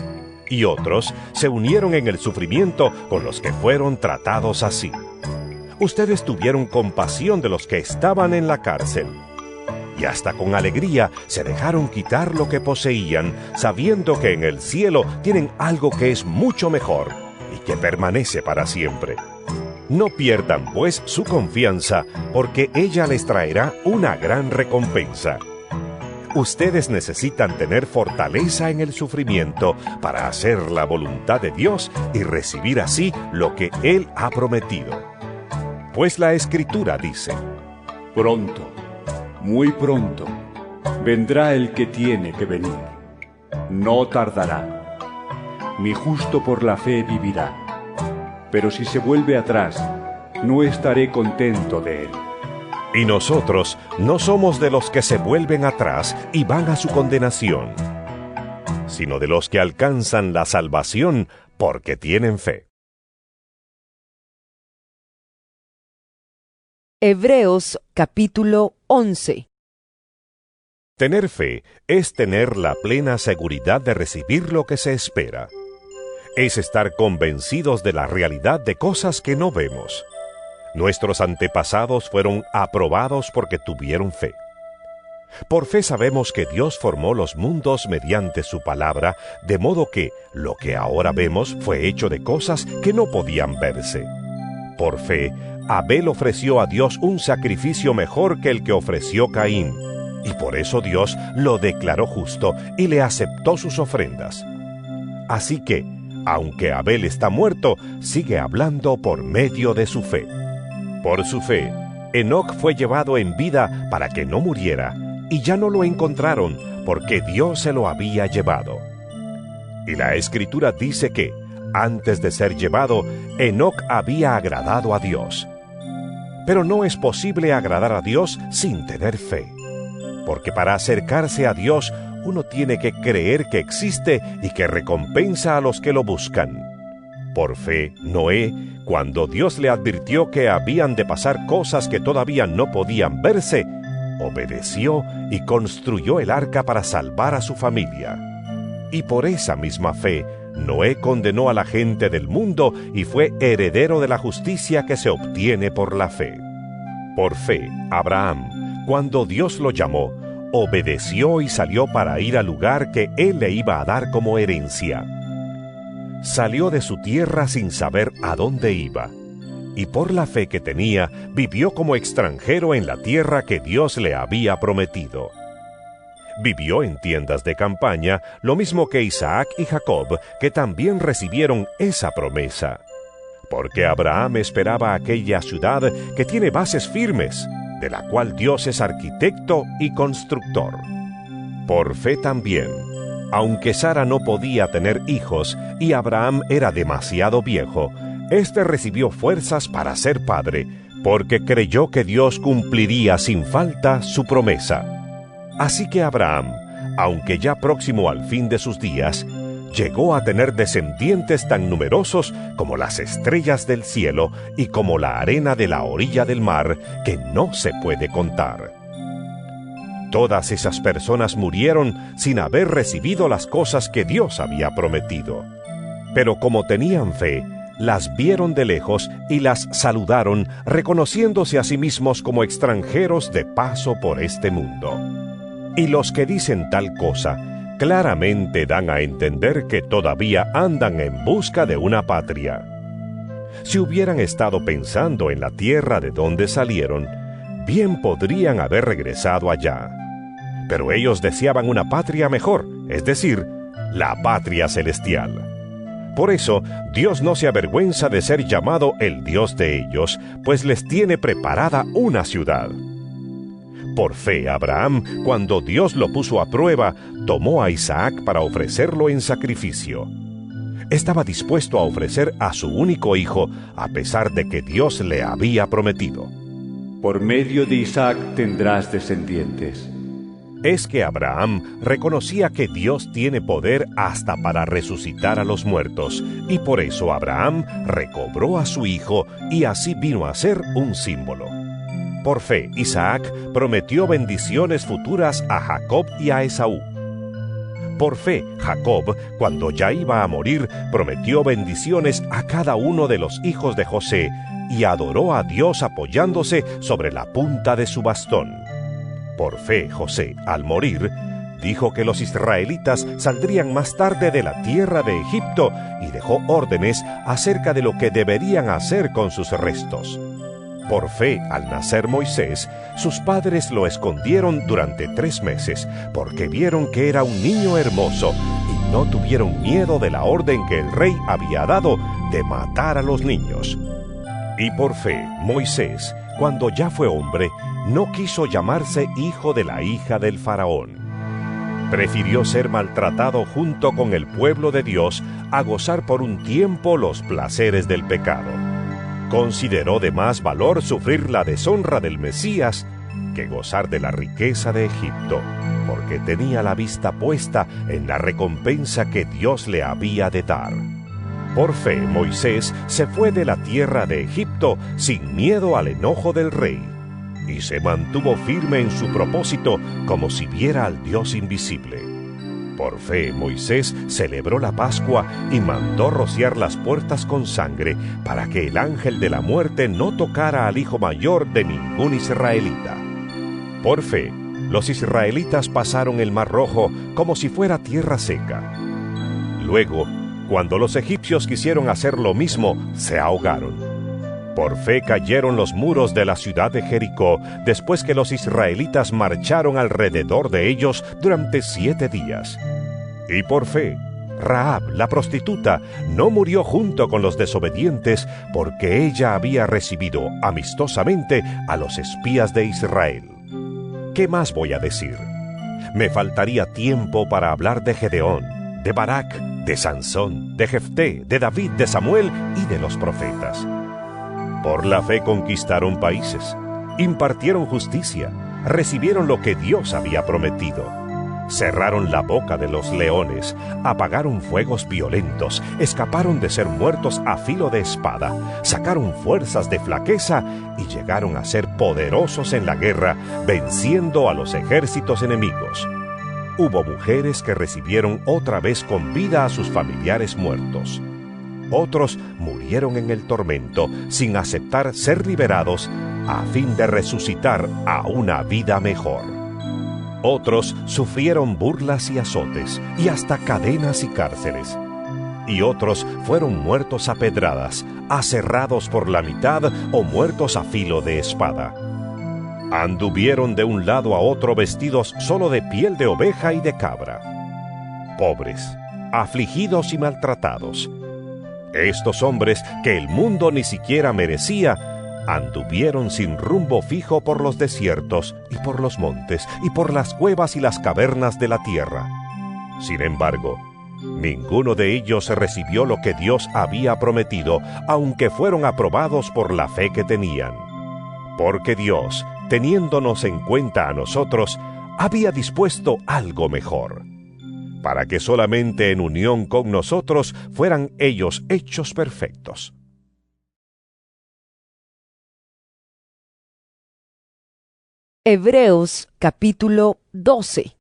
y otros se unieron en el sufrimiento con los que fueron tratados así. Ustedes tuvieron compasión de los que estaban en la cárcel, y hasta con alegría se dejaron quitar lo que poseían, sabiendo que en el cielo tienen algo que es mucho mejor y que permanece para siempre. No pierdan, pues, su confianza, porque ella les traerá una gran recompensa. Ustedes necesitan tener fortaleza en el sufrimiento para hacer la voluntad de Dios y recibir así lo que Él ha prometido. Pues la Escritura dice: pronto, muy pronto, vendrá el que tiene que venir. No tardará. Mi justo por la fe vivirá. Pero si se vuelve atrás, no estaré contento de él. Y nosotros no somos de los que se vuelven atrás y van a su condenación, sino de los que alcanzan la salvación porque tienen fe. Hebreos capítulo 11. Tener fe es tener la plena seguridad de recibir lo que se espera. Es estar convencidos de la realidad de cosas que no vemos. Nuestros antepasados fueron aprobados porque tuvieron fe. Por fe sabemos que Dios formó los mundos mediante su palabra, de modo que lo que ahora vemos fue hecho de cosas que no podían verse. Por fe, Abel ofreció a Dios un sacrificio mejor que el que ofreció Caín, y por eso Dios lo declaró justo y le aceptó sus ofrendas. Así que, aunque Abel está muerto, sigue hablando por medio de su fe. Por su fe, Enoc fue llevado en vida para que no muriera, y ya no lo encontraron, porque Dios se lo había llevado. Y la Escritura dice que, antes de ser llevado, Enoc había agradado a Dios. Pero no es posible agradar a Dios sin tener fe, porque para acercarse a Dios uno tiene que creer que existe y que recompensa a los que lo buscan. Por fe, Noé, cuando Dios le advirtió que habían de pasar cosas que todavía no podían verse, obedeció y construyó el arca para salvar a su familia. Y por esa misma fe, Noé condenó a la gente del mundo y fue heredero de la justicia que se obtiene por la fe. Por fe, Abraham, cuando Dios lo llamó, obedeció y salió para ir al lugar que él le iba a dar como herencia. Salió de su tierra sin saber a dónde iba, y por la fe que tenía, vivió como extranjero en la tierra que Dios le había prometido. Vivió en tiendas de campaña, lo mismo que Isaac y Jacob, que también recibieron esa promesa. Porque Abraham esperaba aquella ciudad que tiene bases firmes, de la cual Dios es arquitecto y constructor. Por fe también, aunque Sara no podía tener hijos y Abraham era demasiado viejo, éste recibió fuerzas para ser padre, porque creyó que Dios cumpliría sin falta su promesa. Así que Abraham, aunque ya próximo al fin de sus días, llegó a tener descendientes tan numerosos como las estrellas del cielo y como la arena de la orilla del mar, que no se puede contar. Todas esas personas murieron sin haber recibido las cosas que Dios había prometido. Pero como tenían fe, las vieron de lejos y las saludaron, reconociéndose a sí mismos como extranjeros de paso por este mundo. Y los que dicen tal cosa, claramente dan a entender que todavía andan en busca de una patria. Si hubieran estado pensando en la tierra de donde salieron, bien podrían haber regresado allá. Pero ellos deseaban una patria mejor, es decir, la patria celestial. Por eso, Dios no se avergüenza de ser llamado el Dios de ellos, pues les tiene preparada una ciudad. Por fe, Abraham, cuando Dios lo puso a prueba, tomó a Isaac para ofrecerlo en sacrificio. Estaba dispuesto a ofrecer a su único hijo, a pesar de que Dios le había prometido: por medio de Isaac tendrás descendientes. Es que Abraham reconocía que Dios tiene poder hasta para resucitar a los muertos, y por eso Abraham recobró a su hijo y así vino a ser un símbolo. Por fe, Isaac prometió bendiciones futuras a Jacob y a Esaú. Por fe, Jacob, cuando ya iba a morir, prometió bendiciones a cada uno de los hijos de José y adoró a Dios apoyándose sobre la punta de su bastón. Por fe, José, al morir, dijo que los israelitas saldrían más tarde de la tierra de Egipto y dejó órdenes acerca de lo que deberían hacer con sus restos. Por fe, al nacer Moisés, sus padres lo escondieron durante 3 meses, porque vieron que era un niño hermoso y no tuvieron miedo de la orden que el rey había dado de matar a los niños. Y por fe, Moisés, cuando ya fue hombre, no quiso llamarse hijo de la hija del faraón. Prefirió ser maltratado junto con el pueblo de Dios a gozar por un tiempo los placeres del pecado. Consideró de más valor sufrir la deshonra del Mesías que gozar de la riqueza de Egipto, porque tenía la vista puesta en la recompensa que Dios le había de dar. Por fe, Moisés se fue de la tierra de Egipto sin miedo al enojo del rey, y se mantuvo firme en su propósito como si viera al Dios invisible. Por fe, Moisés celebró la Pascua y mandó rociar las puertas con sangre para que el ángel de la muerte no tocara al hijo mayor de ningún israelita. Por fe, los israelitas pasaron el Mar Rojo como si fuera tierra seca. Luego, cuando los egipcios quisieron hacer lo mismo, se ahogaron. Por fe cayeron los muros de la ciudad de Jericó después que los israelitas marcharon alrededor de ellos durante 7 días. Y por fe, Rahab, la prostituta, no murió junto con los desobedientes porque ella había recibido amistosamente a los espías de Israel. ¿Qué más voy a decir? Me faltaría tiempo para hablar de Gedeón, de Barak, de Sansón, de Jefté, de David, de Samuel y de los profetas. Por la fe conquistaron países, impartieron justicia, recibieron lo que Dios había prometido. Cerraron la boca de los leones, apagaron fuegos violentos, escaparon de ser muertos a filo de espada, sacaron fuerzas de flaqueza y llegaron a ser poderosos en la guerra, venciendo a los ejércitos enemigos. Hubo mujeres que recibieron otra vez con vida a sus familiares muertos. Otros murieron en el tormento sin aceptar ser liberados a fin de resucitar a una vida mejor. Otros sufrieron burlas y azotes, y hasta cadenas y cárceles. Y otros fueron muertos a pedradas, aserrados por la mitad o muertos a filo de espada. Anduvieron de un lado a otro vestidos solo de piel de oveja y de cabra. Pobres, afligidos y maltratados. Estos hombres que el mundo ni siquiera merecía, anduvieron sin rumbo fijo por los desiertos y por los montes y por las cuevas y las cavernas de la tierra. Sin embargo, ninguno de ellos recibió lo que Dios había prometido, aunque fueron aprobados por la fe que tenían. Porque Dios, teniéndonos en cuenta a nosotros, había dispuesto algo mejor, para que solamente en unión con nosotros fueran ellos hechos perfectos. Hebreos capítulo 12.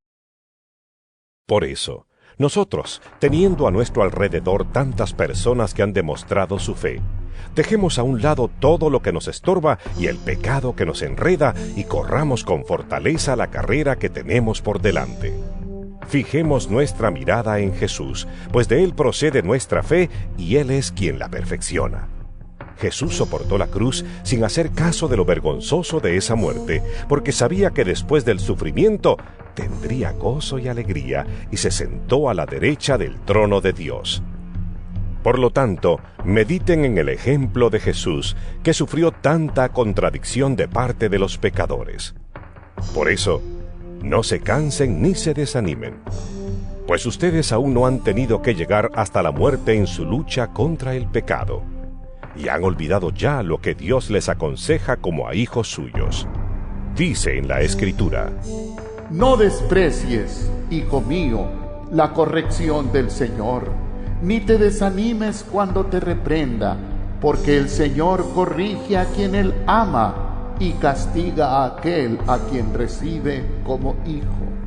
Por eso, nosotros, teniendo a nuestro alrededor tantas personas que han demostrado su fe, dejemos a un lado todo lo que nos estorba y el pecado que nos enreda y corramos con fortaleza la carrera que tenemos por delante. Fijemos nuestra mirada en Jesús, pues de Él procede nuestra fe y Él es quien la perfecciona. Jesús soportó la cruz sin hacer caso de lo vergonzoso de esa muerte, porque sabía que después del sufrimiento tendría gozo y alegría, y se sentó a la derecha del trono de Dios. Por lo tanto, mediten en el ejemplo de Jesús, que sufrió tanta contradicción de parte de los pecadores. Por eso, no se cansen ni se desanimen, pues ustedes aún no han tenido que llegar hasta la muerte en su lucha contra el pecado, y han olvidado ya lo que Dios les aconseja como a hijos suyos. Dice en la Escritura: No desprecies, hijo mío, la corrección del Señor, ni te desanimes cuando te reprenda, porque el Señor corrige a quien Él ama y castiga a aquel a quien recibe como hijo.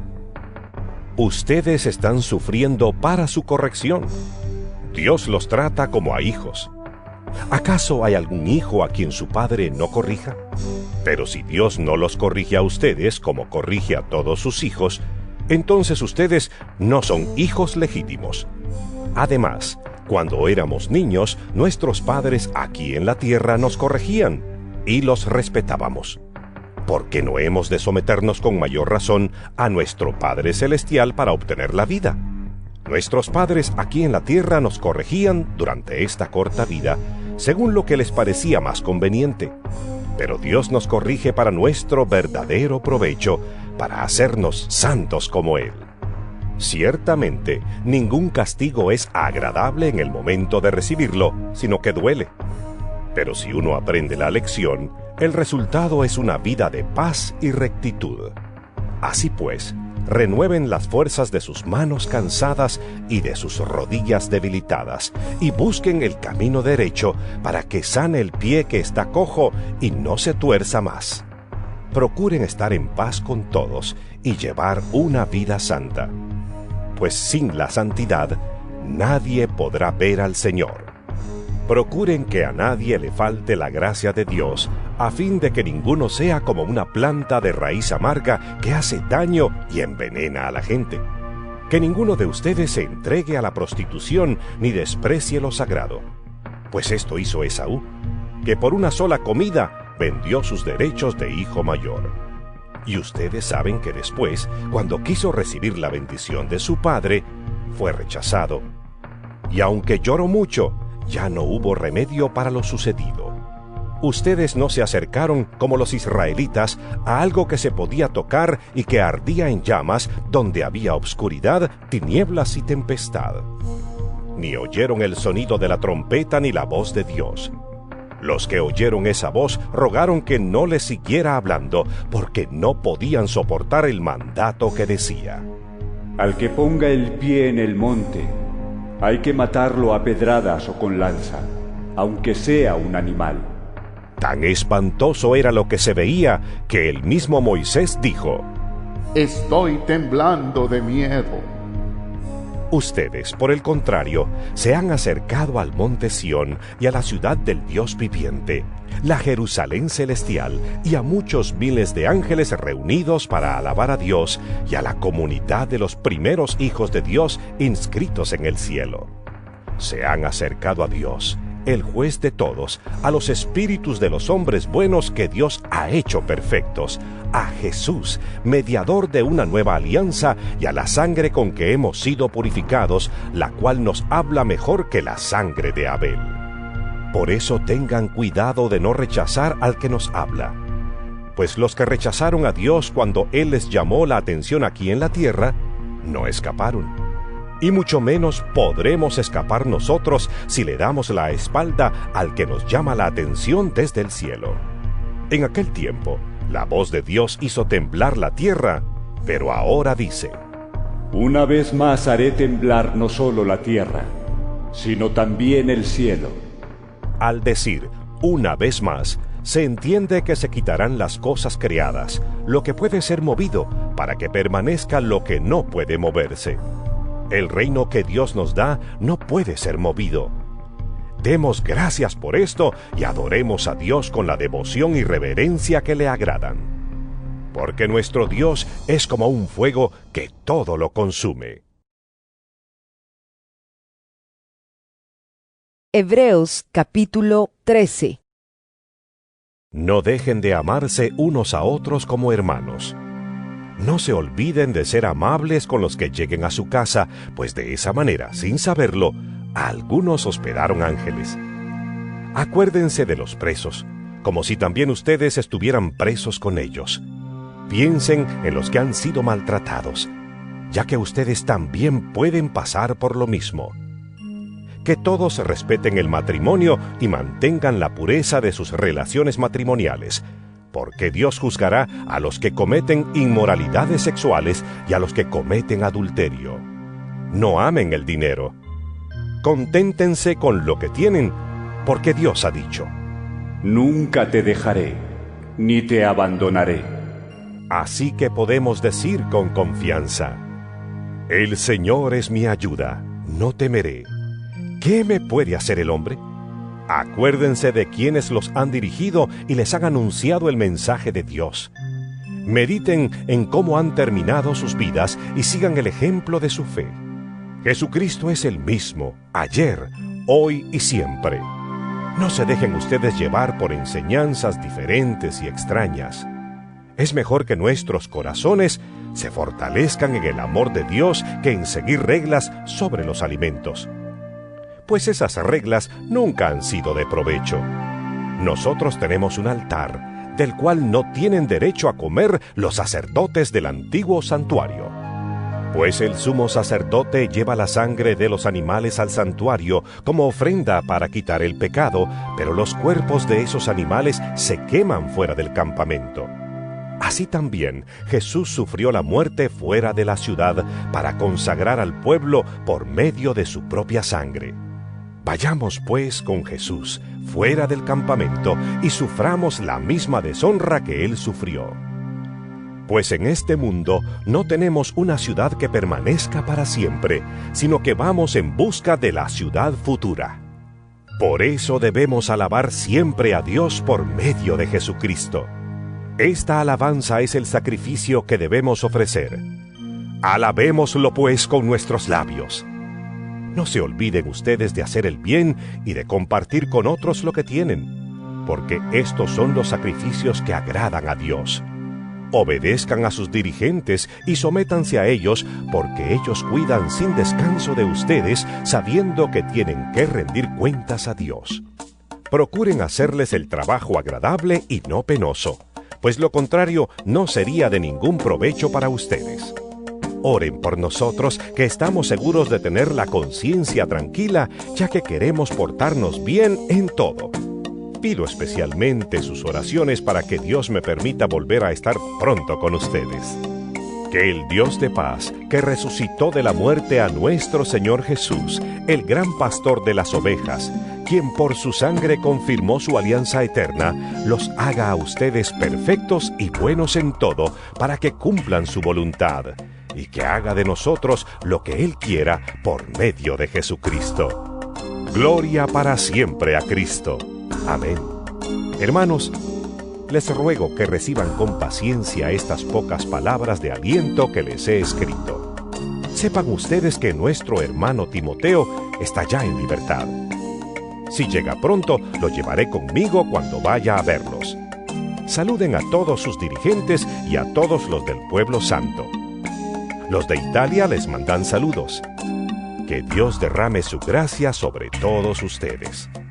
Ustedes están sufriendo para su corrección. Dios los trata como a hijos. ¿Acaso hay algún hijo a quien su padre no corrija? Pero si Dios no los corrige a ustedes como corrige a todos sus hijos, entonces ustedes no son hijos legítimos. Además, cuando éramos niños, nuestros padres aquí en la tierra nos corregían y los respetábamos. ¿Por qué no hemos de someternos con mayor razón a nuestro Padre Celestial para obtener la vida? Nuestros padres aquí en la tierra nos corregían durante esta corta vida, según lo que les parecía más conveniente. Pero Dios nos corrige para nuestro verdadero provecho, para hacernos santos como Él. Ciertamente, ningún castigo es agradable en el momento de recibirlo, sino que duele. Pero si uno aprende la lección, el resultado es una vida de paz y rectitud. Así pues, renueven las fuerzas de sus manos cansadas y de sus rodillas debilitadas, y busquen el camino derecho para que sane el pie que está cojo y no se tuerza más. Procuren estar en paz con todos y llevar una vida santa, pues sin la santidad nadie podrá ver al Señor. Procuren que a nadie le falte la gracia de Dios, a fin de que ninguno sea como una planta de raíz amarga que hace daño y envenena a la gente. Que ninguno de ustedes se entregue a la prostitución ni desprecie lo sagrado, pues esto hizo Esaú, que por una sola comida vendió sus derechos de hijo mayor. Y ustedes saben que después, cuando quiso recibir la bendición de su padre, fue rechazado. Y aunque lloró mucho, ya no hubo remedio para lo sucedido. Ustedes no se acercaron, como los israelitas, a algo que se podía tocar y que ardía en llamas, donde había obscuridad, tinieblas y tempestad. Ni oyeron el sonido de la trompeta ni la voz de Dios. Los que oyeron esa voz rogaron que no les siguiera hablando, porque no podían soportar el mandato que decía: Al que ponga el pie en el monte, hay que matarlo a pedradas o con lanza, aunque sea un animal. Tan espantoso era lo que se veía que el mismo Moisés dijo: Estoy temblando de miedo. Ustedes, por el contrario, se han acercado al monte Sión y a la ciudad del Dios viviente, la Jerusalén celestial, y a muchos miles de ángeles reunidos para alabar a Dios y a la comunidad de los primeros hijos de Dios inscritos en el cielo. Se han acercado a Dios, el juez de todos, a los espíritus de los hombres buenos que Dios ha hecho perfectos, a Jesús, mediador de una nueva alianza, y a la sangre con que hemos sido purificados, la cual nos habla mejor que la sangre de Abel. Por eso tengan cuidado de no rechazar al que nos habla. Pues los que rechazaron a Dios cuando Él les llamó la atención aquí en la tierra, no escaparon. Y mucho menos podremos escapar nosotros si le damos la espalda al que nos llama la atención desde el cielo. En aquel tiempo, la voz de Dios hizo temblar la tierra, pero ahora dice: Una vez más haré temblar no solo la tierra, sino también el cielo. Al decir una vez más, se entiende que se quitarán las cosas creadas, lo que puede ser movido, para que permanezca lo que no puede moverse. El reino que Dios nos da no puede ser movido. Demos gracias por esto y adoremos a Dios con la devoción y reverencia que le agradan. Porque nuestro Dios es como un fuego que todo lo consume. Hebreos capítulo 13. No dejen de amarse unos a otros como hermanos. No se olviden de ser amables con los que lleguen a su casa, pues de esa manera, sin saberlo, algunos hospedaron ángeles. Acuérdense de los presos, como si también ustedes estuvieran presos con ellos. Piensen en los que han sido maltratados, ya que ustedes también pueden pasar por lo mismo. Que todos respeten el matrimonio y mantengan la pureza de sus relaciones matrimoniales, porque Dios juzgará a los que cometen inmoralidades sexuales y a los que cometen adulterio. No amen el dinero. Conténtense con lo que tienen, porque Dios ha dicho: Nunca te dejaré, ni te abandonaré. Así que podemos decir con confianza: El Señor es mi ayuda, no temeré. ¿Qué me puede hacer el hombre? Acuérdense de quienes los han dirigido y les han anunciado el mensaje de Dios. Mediten en cómo han terminado sus vidas y sigan el ejemplo de su fe. Jesucristo es el mismo, ayer, hoy y siempre. No se dejen ustedes llevar por enseñanzas diferentes y extrañas. Es mejor que nuestros corazones se fortalezcan en el amor de Dios que en seguir reglas sobre los alimentos. Pues esas reglas nunca han sido de provecho. Nosotros tenemos un altar, del cual no tienen derecho a comer los sacerdotes del antiguo santuario. Pues el sumo sacerdote lleva la sangre de los animales al santuario como ofrenda para quitar el pecado, pero los cuerpos de esos animales se queman fuera del campamento. Así también Jesús sufrió la muerte fuera de la ciudad para consagrar al pueblo por medio de su propia sangre. Vayamos pues con Jesús fuera del campamento y suframos la misma deshonra que Él sufrió. Pues en este mundo no tenemos una ciudad que permanezca para siempre, sino que vamos en busca de la ciudad futura. Por eso debemos alabar siempre a Dios por medio de Jesucristo. Esta alabanza es el sacrificio que debemos ofrecer. Alabémoslo pues con nuestros labios. No se olviden ustedes de hacer el bien y de compartir con otros lo que tienen, porque estos son los sacrificios que agradan a Dios. Obedezcan a sus dirigentes y sométanse a ellos, porque ellos cuidan sin descanso de ustedes, sabiendo que tienen que rendir cuentas a Dios. Procuren hacerles el trabajo agradable y no penoso, pues lo contrario no sería de ningún provecho para ustedes. Oren por nosotros, que estamos seguros de tener la conciencia tranquila, ya que queremos portarnos bien en todo. Pido especialmente sus oraciones para que Dios me permita volver a estar pronto con ustedes. Que el Dios de paz, que resucitó de la muerte a nuestro Señor Jesús, el gran pastor de las ovejas, quien por su sangre confirmó su alianza eterna, los haga a ustedes perfectos y buenos en todo, para que cumplan su voluntad, y que haga de nosotros lo que Él quiera por medio de Jesucristo. Gloria para siempre a Cristo. Amén. Hermanos, les ruego que reciban con paciencia estas pocas palabras de aliento que les he escrito. Sepan ustedes que nuestro hermano Timoteo está ya en libertad. Si llega pronto, lo llevaré conmigo cuando vaya a verlos. Saluden a todos sus dirigentes y a todos los del pueblo santo. Los de Italia les mandan saludos. Que Dios derrame su gracia sobre todos ustedes.